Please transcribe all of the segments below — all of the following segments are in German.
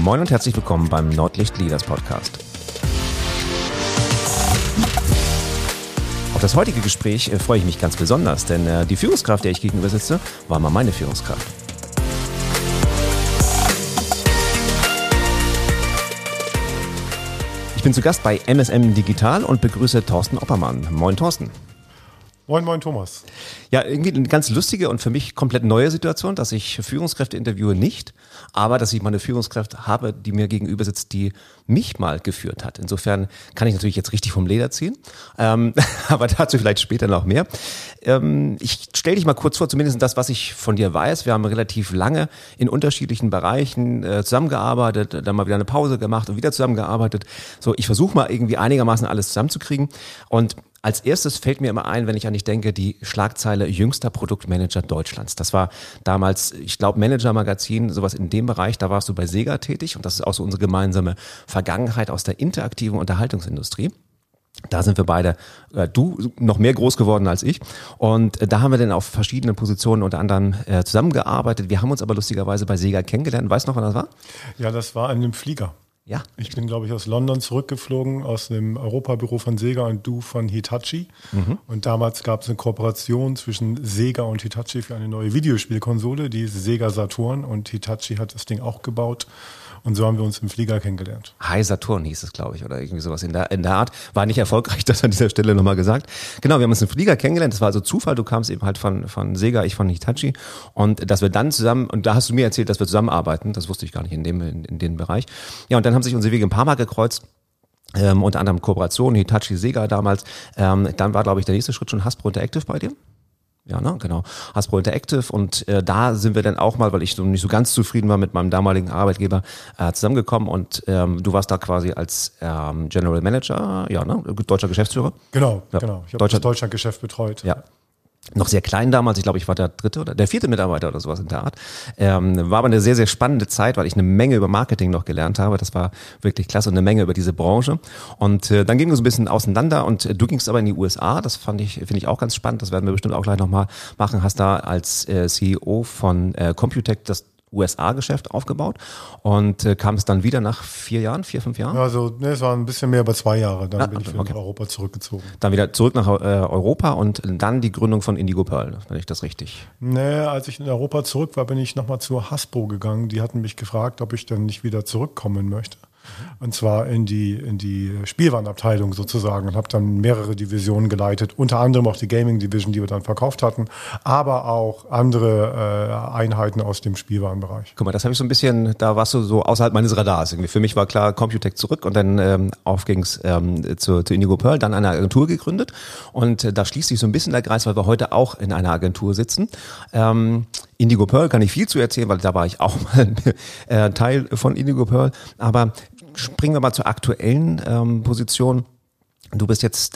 Moin und herzlich willkommen beim Nordlicht Leaders Podcast. Auf das heutige Gespräch freue ich mich ganz besonders, denn die Führungskraft, der ich gegenüber sitze, war mal meine Führungskraft. Ich bin zu Gast bei MSM Digital und begrüße Thorsten Oppermann. Moin Thorsten. Moin, moin Thomas. Ja, irgendwie eine ganz lustige und für mich komplett neue Situation, dass ich Führungskräfte interviewe nicht, aber dass ich mal eine Führungskraft habe, die mir gegenüber sitzt, die mich mal geführt hat. Insofern kann ich natürlich jetzt richtig vom Leder ziehen, aber dazu vielleicht später noch mehr. Ich stelle dich mal kurz vor, zumindest das, was ich von dir weiß. Wir haben relativ lange in unterschiedlichen Bereichen zusammengearbeitet, dann mal wieder eine Pause gemacht und wieder zusammengearbeitet. So, ich versuche mal irgendwie einigermaßen alles zusammenzukriegen und als erstes fällt mir immer ein, wenn ich an dich denke, die Schlagzeile jüngster Produktmanager Deutschlands. Das war damals, ich glaube, Manager-Magazin, sowas in dem Bereich, da warst du bei Sega tätig und das ist auch so unsere gemeinsame Vergangenheit aus der interaktiven Unterhaltungsindustrie. Da sind wir beide, du noch mehr groß geworden als ich und da haben wir dann auf verschiedenen Positionen unter anderem zusammengearbeitet. Wir haben uns aber lustigerweise bei Sega kennengelernt. Weißt du noch, wann das war? Ja, das war an einem Flieger. Ja. Ich bin, glaube ich, aus London zurückgeflogen, aus dem Europabüro von Sega und du von Hitachi. Und damals gab es eine Kooperation zwischen Sega und Hitachi für eine neue Videospielkonsole, die Sega Saturn, und Hitachi hat das Ding auch gebaut. Und so haben wir uns im Flieger kennengelernt. Hi Saturn hieß es, glaube ich, oder irgendwie sowas in der Art. War nicht erfolgreich, das an dieser Stelle nochmal gesagt. Genau, wir haben uns im Flieger kennengelernt. Das war also Zufall. Du kamst eben halt von Sega, ich von Hitachi. Und dass wir dann zusammen, und da hast du mir erzählt, dass wir zusammenarbeiten. Das wusste ich gar nicht in dem Bereich. Ja, und dann haben sich unsere Wege ein paar Mal gekreuzt. Unter anderem Kooperation, Hitachi, Sega damals. Dann war, glaube ich, der nächste Schritt schon Hasbro Interactive bei dir. Ja, ne, genau. Hasbro Interactive und da sind wir dann auch mal, weil ich so nicht so ganz zufrieden war mit meinem damaligen Arbeitgeber, zusammengekommen und du warst da quasi als General Manager, ja, ne, deutscher Geschäftsführer. Genau. Ich habe das Deutschlandgeschäft betreut. Ja. Noch sehr klein damals, ich glaube, ich war der dritte oder der vierte Mitarbeiter oder sowas in der Art. War aber eine sehr, sehr spannende Zeit, weil ich eine Menge über Marketing noch gelernt habe. Das war wirklich klasse und eine Menge über diese Branche. Und dann gingen wir so ein bisschen auseinander und du gingst aber in die USA. Das finde ich auch ganz spannend. Das werden wir bestimmt auch gleich nochmal machen. Hast da als CEO von Computec das USA-Geschäft aufgebaut und kam es dann wieder nach 4, 5 Jahren? Also es war ein bisschen mehr über 2 Jahre, dann bin ich wieder nach Europa zurückgezogen. Dann wieder zurück nach Europa und dann die Gründung von Indigo Pearl, wenn ich das richtig... Nee, als ich in Europa zurück war, bin ich nochmal zur Hasbro gegangen. Die hatten mich gefragt, ob ich dann nicht wieder zurückkommen möchte. Und zwar in die Spielwarenabteilung sozusagen und habe dann mehrere Divisionen geleitet, unter anderem auch die Gaming Division, die wir dann verkauft hatten, aber auch andere Einheiten aus dem Spielwarenbereich. Guck mal, das habe ich so ein bisschen, da warst du so außerhalb meines Radars. Irgendwie. Für mich war klar, Computec zurück und dann auf ging's zu Indigo Pearl, dann eine Agentur gegründet und da schließt sich so ein bisschen der Kreis, weil wir heute auch in einer Agentur sitzen. Indigo Pearl kann ich viel zu erzählen, weil da war ich auch mal Teil von Indigo Pearl, aber springen wir mal zur aktuellen Position. Du bist jetzt,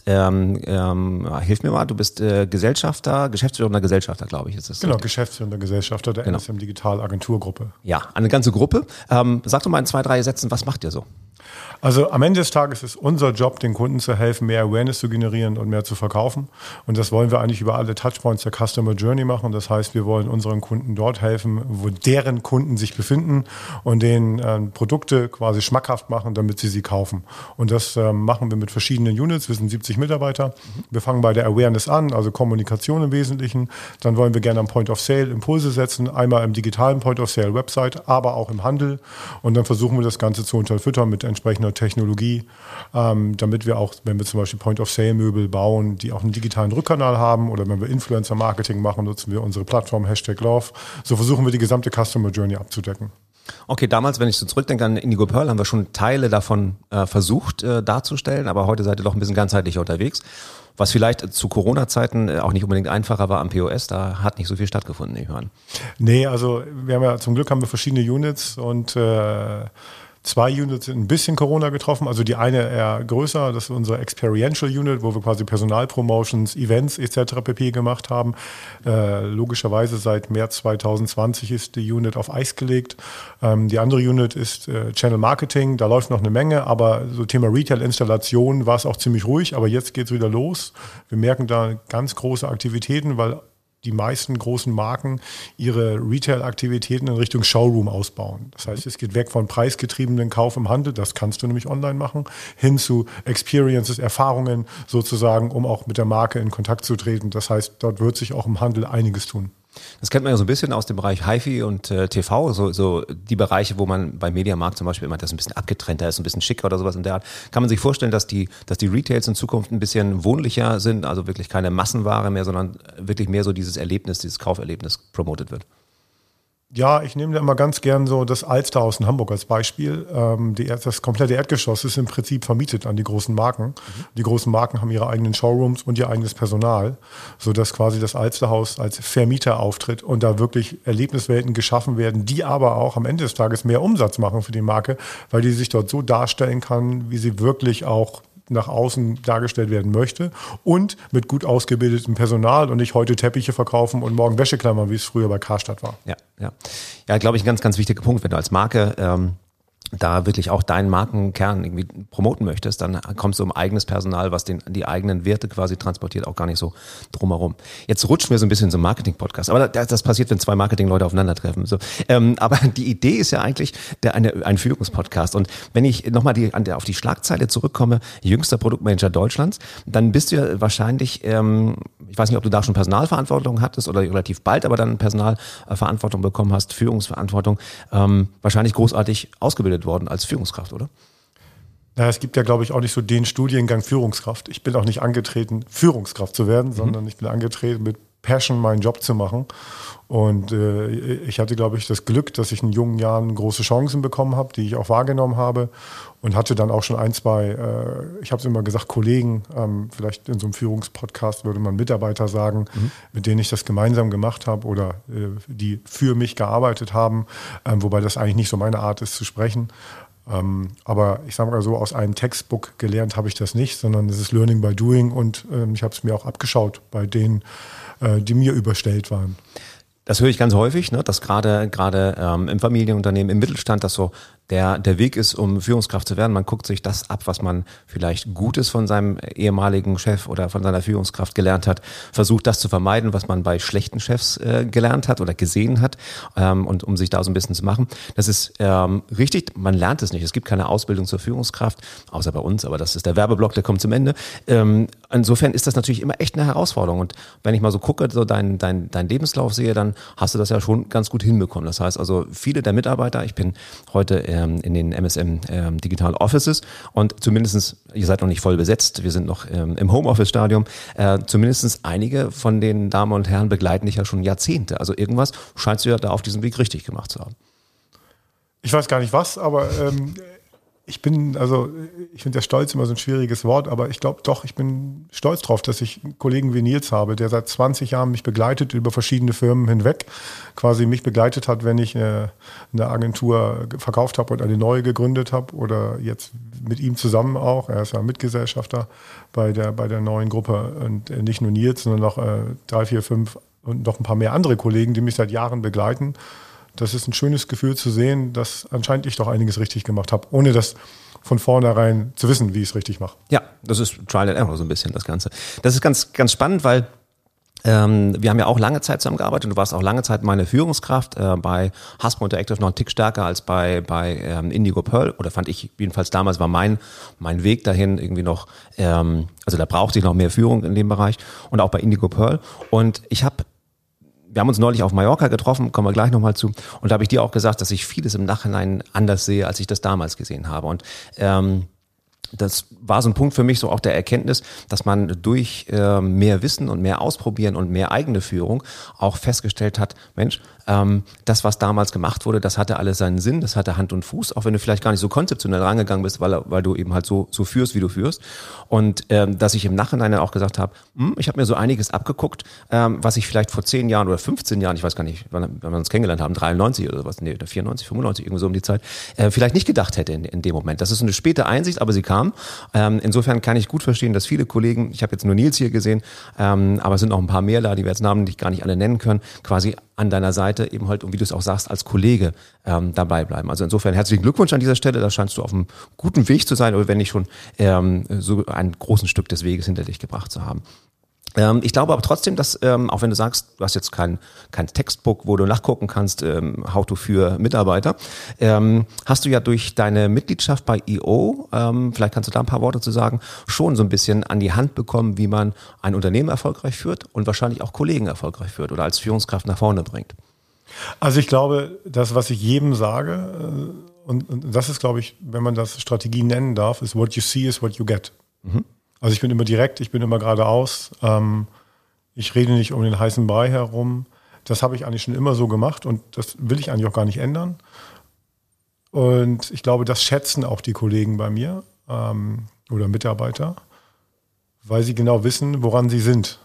hilf mir mal, du bist geschäftsführender Gesellschafter, glaube ich, ist das. Genau, richtig? Geschäftsführender Gesellschafter der MSM Digital Agenturgruppe. Ja, eine ganze Gruppe. Sag doch mal in 2, 3 Sätzen, was macht ihr so? Also am Ende des Tages ist unser Job, den Kunden zu helfen, mehr Awareness zu generieren und mehr zu verkaufen. Und das wollen wir eigentlich über alle Touchpoints der Customer Journey machen. Das heißt, wir wollen unseren Kunden dort helfen, wo deren Kunden sich befinden und denen Produkte quasi schmackhaft machen, damit sie kaufen. Und das machen wir mit verschiedenen Units. Wir sind 70 Mitarbeiter. Wir fangen bei der Awareness an, also Kommunikation im Wesentlichen. Dann wollen wir gerne am Point of Sale Impulse setzen, einmal im digitalen Point of Sale Website, aber auch im Handel. Und dann versuchen wir das Ganze zu unterfüttern mit entsprechender Technologie, damit wir auch, wenn wir zum Beispiel Point-of-Sale-Möbel bauen, die auch einen digitalen Rückkanal haben, oder wenn wir Influencer-Marketing machen, nutzen wir unsere Plattform #Love. So versuchen wir die gesamte Customer Journey abzudecken. Okay, damals, wenn ich so zurückdenke an Indigo Pearl, haben wir schon Teile davon versucht darzustellen, aber heute seid ihr doch ein bisschen ganzheitlicher unterwegs. Was vielleicht zu Corona-Zeiten auch nicht unbedingt einfacher war am POS, da hat nicht so viel stattgefunden, nehme ich mal an. Nee, also zum Glück haben wir verschiedene Units und 2 Units sind ein bisschen Corona getroffen, also die eine eher größer, das ist unsere Experiential Unit, wo wir quasi Personalpromotions, Events etc. pp. Gemacht haben. Logischerweise seit März 2020 ist die Unit auf Eis gelegt. Die andere Unit ist Channel Marketing, da läuft noch eine Menge, aber so Thema Retail-Installation war es auch ziemlich ruhig, aber jetzt geht es wieder los. Wir merken da ganz große Aktivitäten, weil die meisten großen Marken ihre Retail-Aktivitäten in Richtung Showroom ausbauen. Das heißt, es geht weg von preisgetriebenen Kauf im Handel, das kannst du nämlich online machen, hin zu Experiences, Erfahrungen sozusagen, um auch mit der Marke in Kontakt zu treten. Das heißt, dort wird sich auch im Handel einiges tun. Das kennt man ja so ein bisschen aus dem Bereich HiFi und TV, so die Bereiche, wo man bei Mediamarkt zum Beispiel immer das ein bisschen abgetrennter ist, ein bisschen schicker oder sowas in der Art. Kann man sich vorstellen, dass die Retails in Zukunft ein bisschen wohnlicher sind, also wirklich keine Massenware mehr, sondern wirklich mehr so dieses Erlebnis, dieses Kauferlebnis promotet wird? Ja, ich nehme da immer ganz gern so das Alsterhaus in Hamburg als Beispiel. Das komplette Erdgeschoss ist im Prinzip vermietet an die großen Marken. Die großen Marken haben ihre eigenen Showrooms und ihr eigenes Personal, sodass quasi das Alsterhaus als Vermieter auftritt und da wirklich Erlebniswelten geschaffen werden, die aber auch am Ende des Tages mehr Umsatz machen für die Marke, weil die sich dort so darstellen kann, wie sie wirklich auch nach außen dargestellt werden möchte und mit gut ausgebildetem Personal und nicht heute Teppiche verkaufen und morgen Wäscheklammern, wie es früher bei Karstadt war. Ja, glaube ich, ein ganz, ganz wichtiger Punkt, wenn du als Marke da wirklich auch deinen Markenkern irgendwie promoten möchtest, dann kommst du um eigenes Personal, was die eigenen Werte quasi transportiert, auch gar nicht so drumherum. Jetzt rutschen wir so ein bisschen zum Marketing-Podcast, aber das passiert, wenn zwei Marketing-Leute aufeinandertreffen. So. Aber die Idee ist ja eigentlich ein Führungspodcast. Und wenn ich nochmal auf die Schlagzeile zurückkomme, jüngster Produktmanager Deutschlands, dann bist du ja wahrscheinlich, ich weiß nicht, ob du da schon Personalverantwortung hattest oder relativ bald, aber dann Personalverantwortung bekommen hast, Führungsverantwortung, wahrscheinlich großartig ausgebildet worden als Führungskraft, oder? Ja, es gibt ja, glaube ich, auch nicht so den Studiengang Führungskraft. Ich bin auch nicht angetreten, Führungskraft zu werden, sondern ich bin angetreten, mit Passion meinen Job zu machen. Und ich hatte, glaube ich, das Glück, dass ich in jungen Jahren große Chancen bekommen habe, die ich auch wahrgenommen habe und hatte dann auch schon ein, zwei, ich habe es immer gesagt, Kollegen, vielleicht in so einem Führungspodcast würde man Mitarbeiter sagen, mit denen ich das gemeinsam gemacht habe oder die für mich gearbeitet haben, wobei das eigentlich nicht so meine Art ist zu sprechen. Aber ich sage mal so, aus einem Textbook gelernt habe ich das nicht, sondern es ist Learning by Doing und ich habe es mir auch abgeschaut bei denen, die mir überstellt waren. Das höre ich ganz häufig, ne, dass gerade im Familienunternehmen, im Mittelstand, dass so der Weg ist, um Führungskraft zu werden. Man guckt sich das ab, was man vielleicht Gutes von seinem ehemaligen Chef oder von seiner Führungskraft gelernt hat, versucht das zu vermeiden, was man bei schlechten Chefs gelernt hat oder gesehen hat, und um sich da so ein bisschen zu machen. Das ist richtig, man lernt es nicht. Es gibt keine Ausbildung zur Führungskraft, außer bei uns, aber das ist der Werbeblock, der kommt zum Ende. Insofern ist das natürlich immer echt eine Herausforderung. Und wenn ich mal so gucke, so dein Lebenslauf sehe, dann hast du das ja schon ganz gut hinbekommen. Das heißt also, viele der Mitarbeiter, ich bin heute in den MSM Digital Offices und zumindestens, ihr seid noch nicht voll besetzt, wir sind noch im Homeoffice-Stadium, zumindestens einige von den Damen und Herren begleiten dich ja schon Jahrzehnte. Also irgendwas scheinst du ja da auf diesem Weg richtig gemacht zu haben. Ich weiß gar nicht was, aber ich finde der Stolz immer so ein schwieriges Wort, aber ich glaube doch, ich bin stolz drauf, dass ich einen Kollegen wie Nils habe, der seit 20 Jahren mich begleitet über verschiedene Firmen hinweg, quasi mich begleitet hat, wenn ich eine Agentur verkauft habe und eine neue gegründet habe oder jetzt mit ihm zusammen auch. Er ist ja Mitgesellschafter bei der neuen Gruppe und nicht nur Nils, sondern noch 3, 4, 5 und noch ein paar mehr andere Kollegen, die mich seit Jahren begleiten. Das ist ein schönes Gefühl zu sehen, dass anscheinend ich doch einiges richtig gemacht habe, ohne das von vornherein zu wissen, wie ich es richtig mache. Ja, das ist Trial and Error so ein bisschen, das Ganze. Das ist ganz, ganz spannend, weil wir haben ja auch lange Zeit zusammengearbeitet und du warst auch lange Zeit meine Führungskraft bei Hasbro Interactive, noch einen Tick stärker als bei Indigo Pearl, oder fand ich jedenfalls damals, war mein Weg dahin irgendwie noch, also da brauchte ich noch mehr Führung in dem Bereich und auch bei Indigo Pearl. Und wir haben uns neulich auf Mallorca getroffen, kommen wir gleich nochmal zu. Und da habe ich dir auch gesagt, dass ich vieles im Nachhinein anders sehe, als ich das damals gesehen habe. Und das war so ein Punkt für mich, so auch der Erkenntnis, dass man durch mehr Wissen und mehr Ausprobieren und mehr eigene Führung auch festgestellt hat, Mensch, das, was damals gemacht wurde, das hatte alles seinen Sinn, das hatte Hand und Fuß, auch wenn du vielleicht gar nicht so konzeptionell rangegangen bist, weil du eben halt so führst, wie du führst. Und dass ich im Nachhinein dann auch gesagt habe, ich habe mir so einiges abgeguckt, was ich vielleicht vor 10 Jahren oder 15 Jahren, ich weiß gar nicht, wann wir uns kennengelernt haben, 93 oder was, nee, 94, 95, irgendwo so um die Zeit, vielleicht nicht gedacht hätte in dem Moment. Das ist eine späte Einsicht, aber sie kam. Insofern kann ich gut verstehen, dass viele Kollegen, ich habe jetzt nur Nils hier gesehen, aber es sind noch ein paar mehr da, die wir jetzt namentlich gar nicht alle nennen können, quasi an deiner Seite eben halt, und wie du es auch sagst, als Kollege dabei bleiben. Also insofern herzlichen Glückwunsch an dieser Stelle, da scheinst du auf einem guten Weg zu sein, oder wenn nicht schon so ein großes Stück des Weges hinter dich gebracht zu haben. Ich glaube aber trotzdem, dass, auch wenn du sagst, du hast jetzt kein Textbook, wo du nachgucken kannst, how to für Mitarbeiter, hast du ja durch deine Mitgliedschaft bei EO, vielleicht kannst du da ein paar Worte zu sagen, schon so ein bisschen an die Hand bekommen, wie man ein Unternehmen erfolgreich führt und wahrscheinlich auch Kollegen erfolgreich führt oder als Führungskraft nach vorne bringt. Also ich glaube, das, was ich jedem sage, und das ist, glaube ich, wenn man das Strategie nennen darf, ist what you see is what you get. Mhm. Also ich bin immer direkt, ich bin immer geradeaus. Ich rede nicht um den heißen Brei herum. Das habe ich eigentlich schon immer so gemacht und das will ich eigentlich auch gar nicht ändern. Und ich glaube, das schätzen auch die Kollegen bei mir oder Mitarbeiter, weil sie genau wissen, woran sie sind.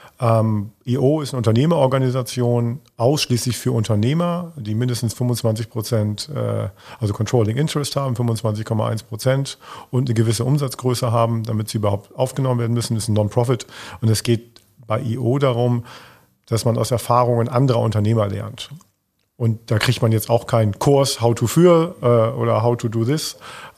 EO ist eine Unternehmerorganisation, ausschließlich für Unternehmer, die mindestens 25%, also Controlling Interest haben, 25,1% und eine gewisse Umsatzgröße haben, damit sie überhaupt aufgenommen werden müssen. Das ist ein Non-Profit und es geht bei EO darum, dass man aus Erfahrungen anderer Unternehmer lernt. Und da kriegt man jetzt auch keinen Kurs How to für oder How to do this,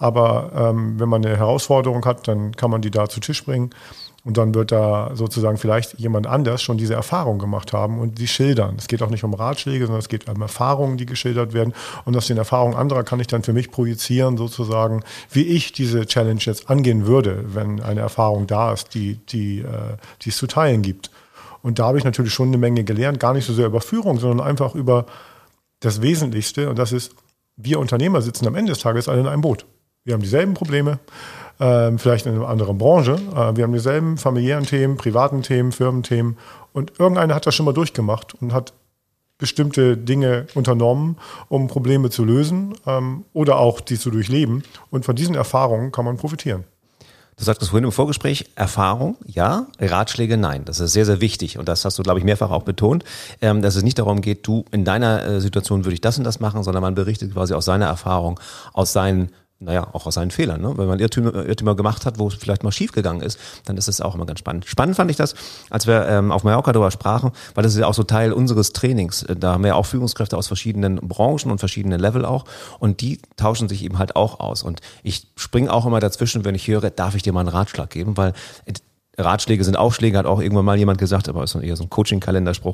aber wenn man eine Herausforderung hat, dann kann man die da zu Tisch bringen. Und dann wird da sozusagen vielleicht jemand anders schon diese Erfahrung gemacht haben und die schildern. Es geht auch nicht um Ratschläge, sondern es geht um Erfahrungen, die geschildert werden. Und aus den Erfahrungen anderer kann ich dann für mich projizieren, sozusagen, wie ich diese Challenge jetzt angehen würde, wenn eine Erfahrung da ist, die es zu teilen gibt. Und da habe ich natürlich schon eine Menge gelernt, gar nicht so sehr über Führung, sondern einfach über das Wesentlichste. Und das ist, wir Unternehmer sitzen am Ende des Tages alle in einem Boot. Wir haben dieselben Probleme. Vielleicht in einer anderen Branche. Wir haben dieselben familiären Themen, privaten Themen, Firmenthemen und irgendeiner hat das schon mal durchgemacht und hat bestimmte Dinge unternommen, um Probleme zu lösen oder auch die zu durchleben und von diesen Erfahrungen kann man profitieren. Du sagtest vorhin im Vorgespräch, Erfahrung, ja, Ratschläge, nein. Das ist sehr, sehr wichtig und das hast du, glaube ich, mehrfach auch betont, dass es nicht darum geht, du, in deiner Situation würde ich das und das machen, sondern man berichtet quasi aus seiner Erfahrung, aus seinen auch aus seinen Fehlern. Ne? Wenn man Irrtümer gemacht hat, wo es vielleicht mal schief gegangen ist, dann ist es auch immer ganz spannend. Spannend fand ich das, als wir auf Mallorca darüber sprachen, weil das ist ja auch so Teil unseres Trainings. Da haben wir ja auch Führungskräfte aus verschiedenen Branchen und verschiedenen Level auch und die tauschen sich eben halt auch aus. Und ich springe auch immer dazwischen, wenn ich höre, darf ich dir mal einen Ratschlag geben, weil Ratschläge sind Aufschläge, hat auch irgendwann mal jemand gesagt, aber ist eher so ein Coaching-Kalenderspruch.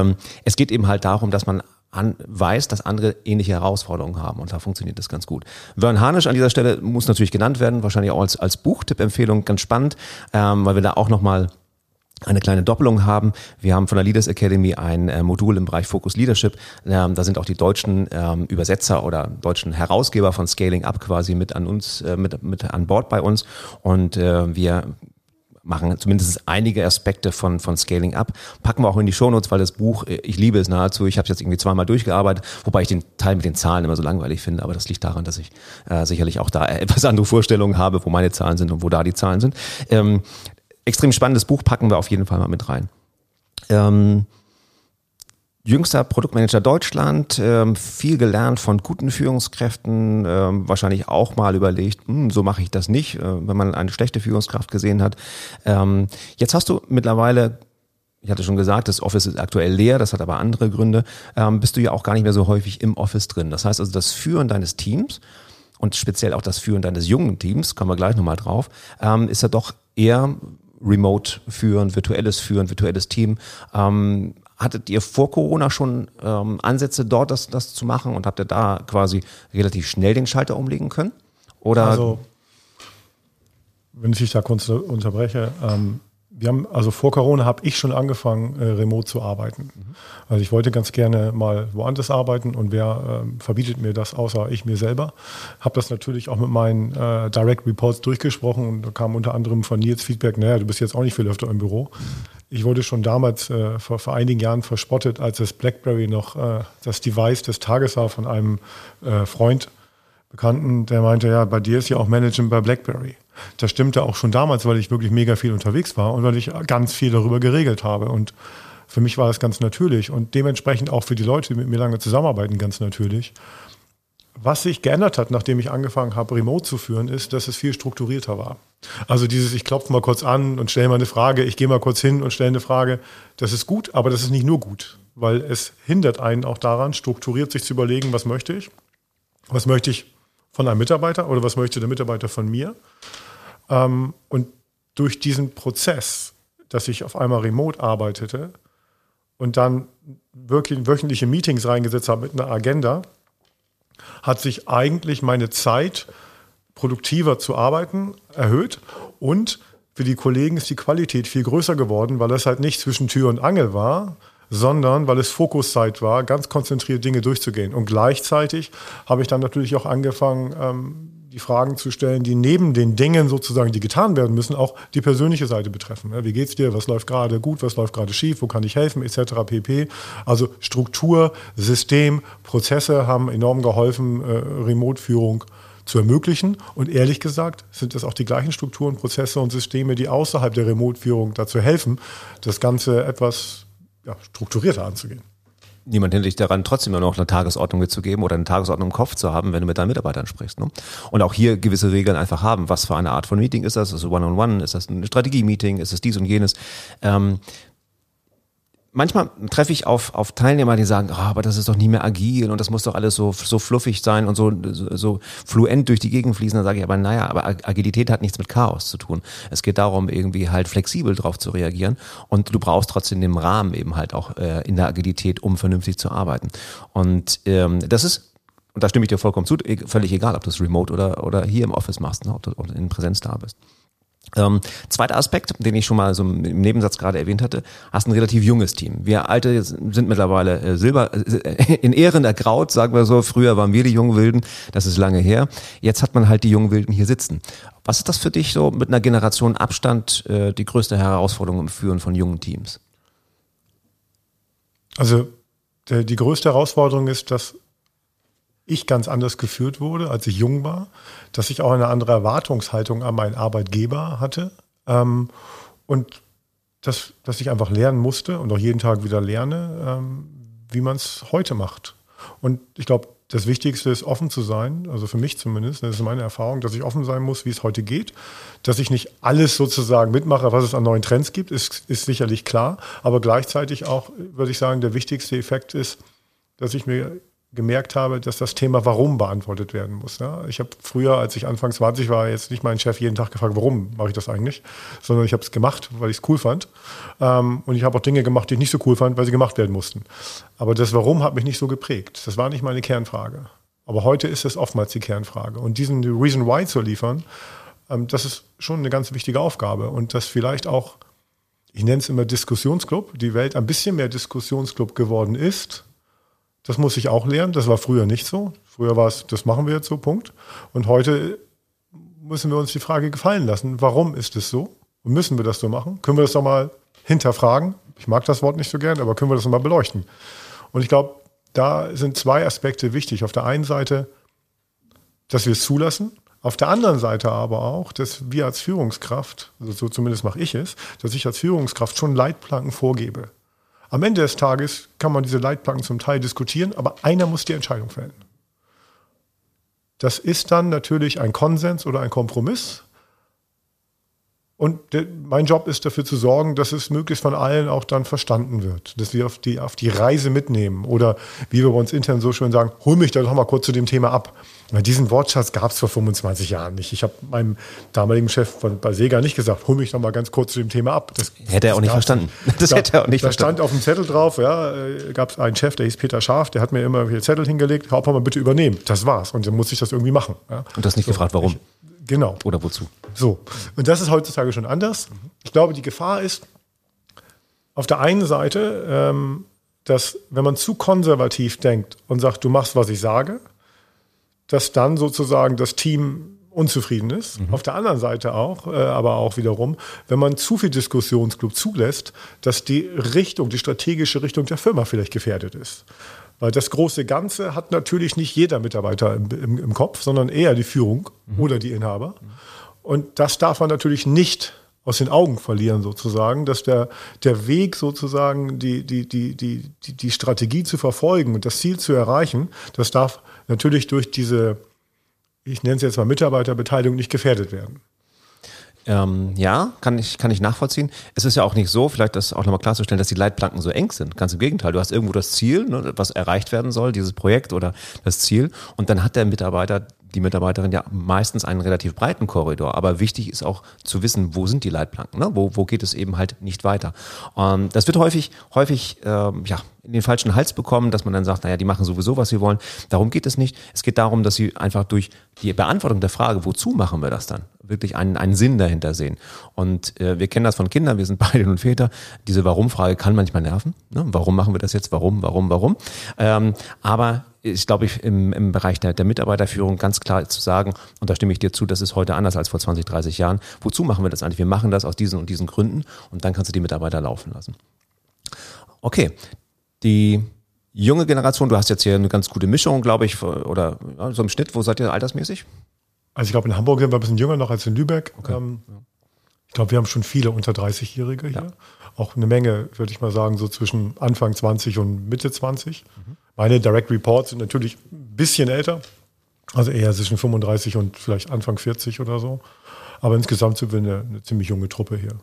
Es geht eben halt darum, dass man weiß, dass andere ähnliche Herausforderungen haben und da funktioniert das ganz gut. Vern Harnisch an dieser Stelle muss natürlich genannt werden, wahrscheinlich auch als Buchtipp-Empfehlung, ganz spannend, weil wir da auch nochmal eine kleine Doppelung haben. Wir haben von der Leaders Academy ein Modul im Bereich Focus Leadership. Da sind auch die deutschen Übersetzer oder deutschen Herausgeber von Scaling Up quasi mit an uns, mit an Bord bei uns und wir machen zumindest einige Aspekte von Scaling Up. Packen wir auch in die Shownotes, weil das Buch, ich liebe es nahezu, ich habe es jetzt irgendwie zweimal durchgearbeitet, wobei ich den Teil mit den Zahlen immer so langweilig finde, aber das liegt daran, dass ich sicherlich auch da etwas andere Vorstellungen habe, wo meine Zahlen sind und wo da die Zahlen sind. Extrem spannendes Buch, packen wir auf jeden Fall mal mit rein. Jüngster Produktmanager Deutschland, viel gelernt von guten Führungskräften, wahrscheinlich auch mal überlegt, so mache ich das nicht, wenn man eine schlechte Führungskraft gesehen hat. Jetzt hast du mittlerweile, ich hatte schon gesagt, das Office ist aktuell leer, das hat aber andere Gründe, bist du ja auch gar nicht mehr so häufig im Office drin. Das heißt also, das Führen deines Teams und speziell auch das Führen deines jungen Teams, kommen wir gleich nochmal drauf, ist ja doch eher remote führen, virtuelles Team. Hattet ihr vor Corona schon Ansätze dort, das zu machen und habt ihr da quasi relativ schnell den Schalter umlegen können? Oder? Also, wenn ich dich da kurz unterbreche, also vor Corona habe ich schon angefangen, remote zu arbeiten. Also ich wollte ganz gerne mal woanders arbeiten und wer verbietet mir das, außer ich mir selber. Habe das natürlich auch mit meinen Direct Reports durchgesprochen und da kam unter anderem von Nils Feedback, naja, du bist jetzt auch nicht viel öfter im Büro. Ich wurde schon damals vor einigen Jahren verspottet, als das BlackBerry noch das Device des Tages war von einem Freund, Bekannten, der meinte, ja, bei dir ist ja auch Managen bei BlackBerry. Das stimmte auch schon damals, weil ich wirklich mega viel unterwegs war und weil ich ganz viel darüber geregelt habe. Und für mich war das ganz natürlich und dementsprechend auch für die Leute, die mit mir lange zusammenarbeiten, ganz natürlich. Was sich geändert hat, nachdem ich angefangen habe, Remote zu führen, ist, dass es viel strukturierter war. Also dieses, ich klopfe mal kurz an und stelle mal eine Frage, ich gehe mal kurz hin und stelle eine Frage, das ist gut, aber das ist nicht nur gut, weil es hindert einen auch daran, strukturiert sich zu überlegen, was möchte ich von einem Mitarbeiter oder was möchte der Mitarbeiter von mir. Und durch diesen Prozess dass ich auf einmal remote arbeitete und dann wirklich wöchentliche Meetings reingesetzt habe mit einer Agenda, hat sich eigentlich meine Zeit, produktiver zu arbeiten, erhöht und für die Kollegen ist die Qualität viel größer geworden, weil es halt nicht zwischen Tür und Angel war, sondern weil es Fokuszeit war, ganz konzentriert Dinge durchzugehen. Und gleichzeitig habe ich dann natürlich auch angefangen, die Fragen zu stellen, die neben den Dingen sozusagen, die getan werden müssen, auch die persönliche Seite betreffen. Wie geht's dir? Was läuft gerade gut? Was läuft gerade schief? Wo kann ich helfen? Etc. pp. Also Struktur, System, Prozesse haben enorm geholfen, Remote-Führung zu ermöglichen. Und ehrlich gesagt sind es auch die gleichen Strukturen, Prozesse und Systeme, die außerhalb der Remote-Führung dazu helfen, das Ganze etwas strukturierter anzugehen. Niemand hindert dich daran, trotzdem noch eine Tagesordnung mitzugeben oder eine Tagesordnung im Kopf zu haben, wenn du mit deinen Mitarbeitern sprichst. Ne? Und auch hier gewisse Regeln einfach haben. Was für eine Art von Meeting ist das? Ist das One-on-One? Ist das ein Strategie-Meeting? Ist es dies und jenes? Manchmal treffe ich auf Teilnehmer, die sagen, aber das ist doch nie mehr agil und das muss doch alles so fluffig sein und so fluent durch die Gegend fließen. Dann sage ich aber, aber Agilität hat nichts mit Chaos zu tun. Es geht darum, irgendwie halt flexibel drauf zu reagieren und du brauchst trotzdem den Rahmen eben halt auch in der Agilität, um vernünftig zu arbeiten. Und das ist, und da stimme ich dir vollkommen zu, völlig egal, ob du es remote oder hier im Office machst, ne, ob du in Präsenz da bist. Zweiter Aspekt, den ich schon mal so im Nebensatz gerade erwähnt hatte, hast ein relativ junges Team. Wir Alte sind mittlerweile in Ehren ergraut, sagen wir so. Früher waren wir die jungen Wilden, das ist lange her. Jetzt hat man halt die jungen Wilden hier sitzen. Was ist das für dich so mit einer Generation Abstand die größte Herausforderung im Führen von jungen Teams? Also die größte Herausforderung ist, dass ich ganz anders geführt wurde, als ich jung war, dass ich auch eine andere Erwartungshaltung an meinen Arbeitgeber hatte und dass ich einfach lernen musste und auch jeden Tag wieder lerne, wie man es heute macht. Und ich glaube, das Wichtigste ist, offen zu sein, also für mich zumindest, das ist meine Erfahrung, dass ich offen sein muss, wie es heute geht, dass ich nicht alles sozusagen mitmache, was es an neuen Trends gibt, ist sicherlich klar, aber gleichzeitig auch, würde ich sagen, der wichtigste Effekt ist, dass ich mir gemerkt habe, dass das Thema Warum beantwortet werden muss. Ja? Ich habe früher, als ich Anfang 20 war, jetzt nicht meinen Chef jeden Tag gefragt, warum mache ich das eigentlich, sondern ich habe es gemacht, weil ich es cool fand. Und ich habe auch Dinge gemacht, die ich nicht so cool fand, weil sie gemacht werden mussten. Aber das Warum hat mich nicht so geprägt. Das war nicht meine Kernfrage. Aber heute ist es oftmals die Kernfrage. Und diesen Reason Why zu liefern, das ist schon eine ganz wichtige Aufgabe. Und das vielleicht auch, ich nenne es immer Diskussionsclub, die Welt ein bisschen mehr Diskussionsclub geworden ist. Das muss ich auch lernen. Das war früher nicht so. Früher war es, das machen wir jetzt so, Punkt. Und heute müssen wir uns die Frage gefallen lassen, warum ist es so? Und müssen wir das so machen? Können wir das doch mal hinterfragen? Ich mag das Wort nicht so gern, aber können wir das doch mal beleuchten? Und ich glaube, da sind zwei Aspekte wichtig. Auf der einen Seite, dass wir es zulassen. Auf der anderen Seite aber auch, dass wir als Führungskraft, also so zumindest mache ich es, dass ich als Führungskraft schon Leitplanken vorgebe. Am Ende des Tages kann man diese Leitplanken zum Teil diskutieren, aber einer muss die Entscheidung fällen. Das ist dann natürlich ein Konsens oder ein Kompromiss. Und mein Job ist dafür zu sorgen, dass es möglichst von allen auch dann verstanden wird, dass wir auf die Reise mitnehmen oder wie wir bei uns intern so schön sagen, hol mich da doch mal kurz zu dem Thema ab. Weil diesen Wortschatz gab es vor 25 Jahren nicht. Ich habe meinem damaligen Chef bei Sega nicht gesagt, hol mich doch mal ganz kurz zu dem Thema ab. Das hätte er auch nicht verstanden. Das hätte er auch nicht verstanden. Da stand auf dem Zettel drauf, gab es einen Chef, der hieß Peter Scharf, der hat mir immer wieder Zettel hingelegt, Hauptmann, bitte übernehmen. Das war's. Und dann muss ich das irgendwie machen. Ja. Und du hast nicht gefragt, warum? Genau. Oder wozu? So. Und das ist heutzutage schon anders. Ich glaube, die Gefahr ist auf der einen Seite, dass wenn man zu konservativ denkt und sagt, du machst, was ich sage, dass dann sozusagen das Team unzufrieden ist. Auf der anderen Seite auch, aber auch wiederum, wenn man zu viel Diskussionsclub zulässt, dass die strategische Richtung der Firma vielleicht gefährdet ist. Weil das große Ganze hat natürlich nicht jeder Mitarbeiter im Kopf, sondern eher die Führung oder die Inhaber. Und das darf man natürlich nicht aus den Augen verlieren sozusagen, dass der Weg sozusagen, die Strategie zu verfolgen und das Ziel zu erreichen, das darf natürlich durch diese, ich nenne es jetzt mal Mitarbeiterbeteiligung, nicht gefährdet werden. Ja, kann ich nachvollziehen. Es ist ja auch nicht so, vielleicht das auch nochmal klarzustellen, dass die Leitplanken so eng sind. Ganz im Gegenteil, du hast irgendwo das Ziel, ne, was erreicht werden soll, dieses Projekt oder das Ziel. Und dann hat der Mitarbeiter die Mitarbeiterin ja meistens einen relativ breiten Korridor. Aber wichtig ist auch zu wissen, wo sind die Leitplanken, ne? Wo geht es eben halt nicht weiter. Das wird häufig in den falschen Hals bekommen, dass man dann sagt, naja, die machen sowieso, was sie wollen. Darum geht es nicht. Es geht darum, dass sie einfach durch die Beantwortung der Frage, wozu machen wir das dann, wirklich einen Sinn dahinter sehen. Und wir kennen das von Kindern, wir sind beide nun Väter. Diese Warum-Frage kann manchmal nerven. Ne? Warum machen wir das jetzt? Warum? Aber ich glaube, im Bereich der Mitarbeiterführung ganz klar zu sagen, und da stimme ich dir zu, das ist heute anders als vor 20, 30 Jahren. Wozu machen wir das eigentlich? Wir machen das aus diesen und diesen Gründen und dann kannst du die Mitarbeiter laufen lassen. Okay, die junge Generation, du hast jetzt hier eine ganz gute Mischung, glaube ich, oder ja, so im Schnitt, wo seid ihr altersmäßig? Also ich glaube, in Hamburg sind wir ein bisschen jünger noch als in Lübeck. Okay. Ich glaube, wir haben schon viele unter 30-Jährige hier. Ja. Auch eine Menge, würde ich mal sagen, so zwischen Anfang 20 und Mitte 20. Meine Direct Reports sind natürlich ein bisschen älter, also eher zwischen 35 und vielleicht Anfang 40 oder so. Aber insgesamt sind wir eine ziemlich junge Truppe hier.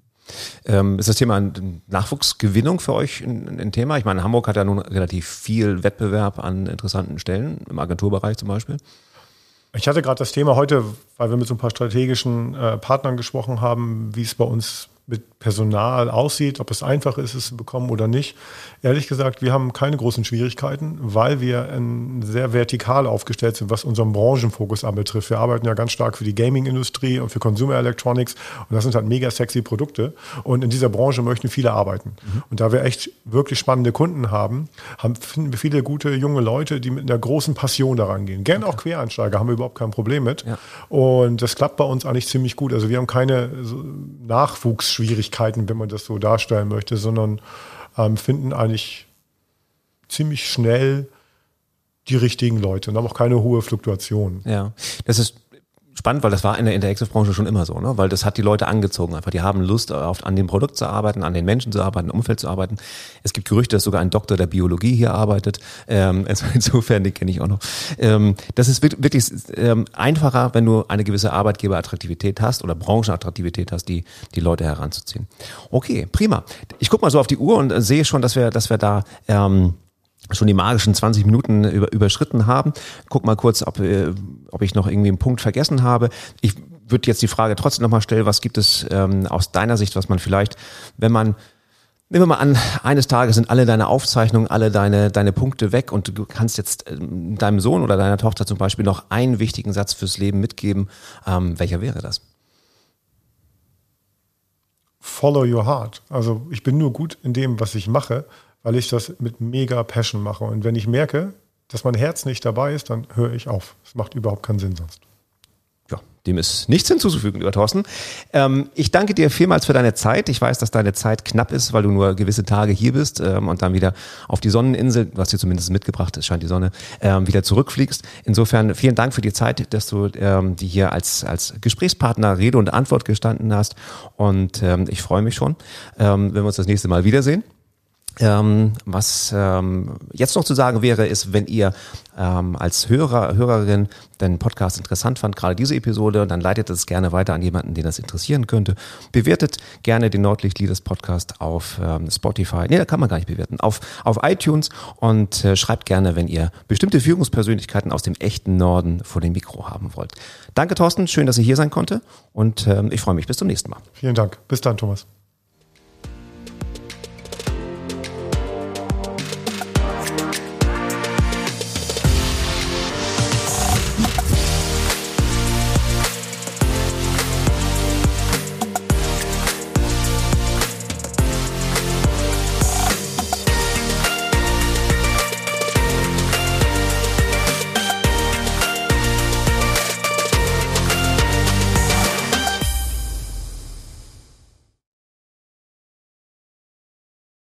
Ist das Thema Nachwuchsgewinnung für euch ein Thema? Ich meine, Hamburg hat ja nun relativ viel Wettbewerb an interessanten Stellen, im Agenturbereich zum Beispiel. Ich hatte gerade das Thema heute, weil wir mit so ein paar strategischen Partnern gesprochen haben, wie es bei uns mit Personal aussieht, ob es einfach ist, es zu bekommen oder nicht. Ehrlich gesagt, wir haben keine großen Schwierigkeiten, weil wir sehr vertikal aufgestellt sind, was unseren Branchenfokus anbetrifft. Wir arbeiten ja ganz stark für die Gaming-Industrie und für Consumer Electronics und das sind halt mega sexy Produkte und in dieser Branche möchten viele arbeiten. Und da wir echt wirklich spannende Kunden haben, finden wir viele gute junge Leute, die mit einer großen Passion daran gehen. Gerne auch Quereinsteiger, haben wir überhaupt kein Problem mit. Ja. Und das klappt bei uns eigentlich ziemlich gut. Also wir haben keine Nachwuchsschwierigkeiten, wenn man das so darstellen möchte, sondern finden eigentlich ziemlich schnell die richtigen Leute und haben auch keine hohe Fluktuation. Ja, das ist spannend, weil das war in der Interactive-Branche schon immer so, ne? Weil das hat die Leute angezogen einfach. Die haben Lust, an dem Produkt zu arbeiten, an den Menschen zu arbeiten, im Umfeld zu arbeiten. Es gibt Gerüchte, dass sogar ein Doktor der Biologie hier arbeitet. Insofern, den kenne ich auch noch. Das ist wirklich einfacher, wenn du eine gewisse Arbeitgeberattraktivität hast oder Branchenattraktivität hast, die Leute heranzuziehen. Okay, prima. Ich gucke mal so auf die Uhr und sehe schon, dass wir da schon die magischen 20 Minuten überschritten haben. Guck mal kurz, ob ich noch irgendwie einen Punkt vergessen habe. Ich würde jetzt die Frage trotzdem nochmal stellen, was gibt es aus deiner Sicht, was man vielleicht, nehmen wir mal an, eines Tages sind alle deine Aufzeichnungen, alle deine Punkte weg und du kannst jetzt deinem Sohn oder deiner Tochter zum Beispiel noch einen wichtigen Satz fürs Leben mitgeben. Welcher wäre das? Follow your heart. Also ich bin nur gut in dem, was ich mache, weil ich das mit mega Passion mache. Und wenn ich merke, dass mein Herz nicht dabei ist, dann höre ich auf. Es macht überhaupt keinen Sinn sonst. Ja, dem ist nichts hinzuzufügen, lieber Thorsten. Ich danke dir vielmals für deine Zeit. Ich weiß, dass deine Zeit knapp ist, weil du nur gewisse Tage hier bist und dann wieder auf die Sonneninsel, du hast dir zumindest mitgebracht, es scheint die Sonne, wieder zurückfliegst. Insofern vielen Dank für die Zeit, dass du die hier als Gesprächspartner Rede und Antwort gestanden hast. Und ich freue mich schon, wenn wir uns das nächste Mal wiedersehen. Was jetzt noch zu sagen wäre, ist, wenn ihr als Hörerin den Podcast interessant fand, gerade diese Episode, dann leitet es gerne weiter an jemanden, den das interessieren könnte. Bewertet gerne den Nordlicht Leaders Podcast auf Spotify. Nee, da kann man gar nicht bewerten. Auf iTunes und schreibt gerne, wenn ihr bestimmte Führungspersönlichkeiten aus dem echten Norden vor dem Mikro haben wollt. Danke, Thorsten. Schön, dass ihr hier sein konnte und ich freue mich. Bis zum nächsten Mal. Vielen Dank. Bis dann, Thomas.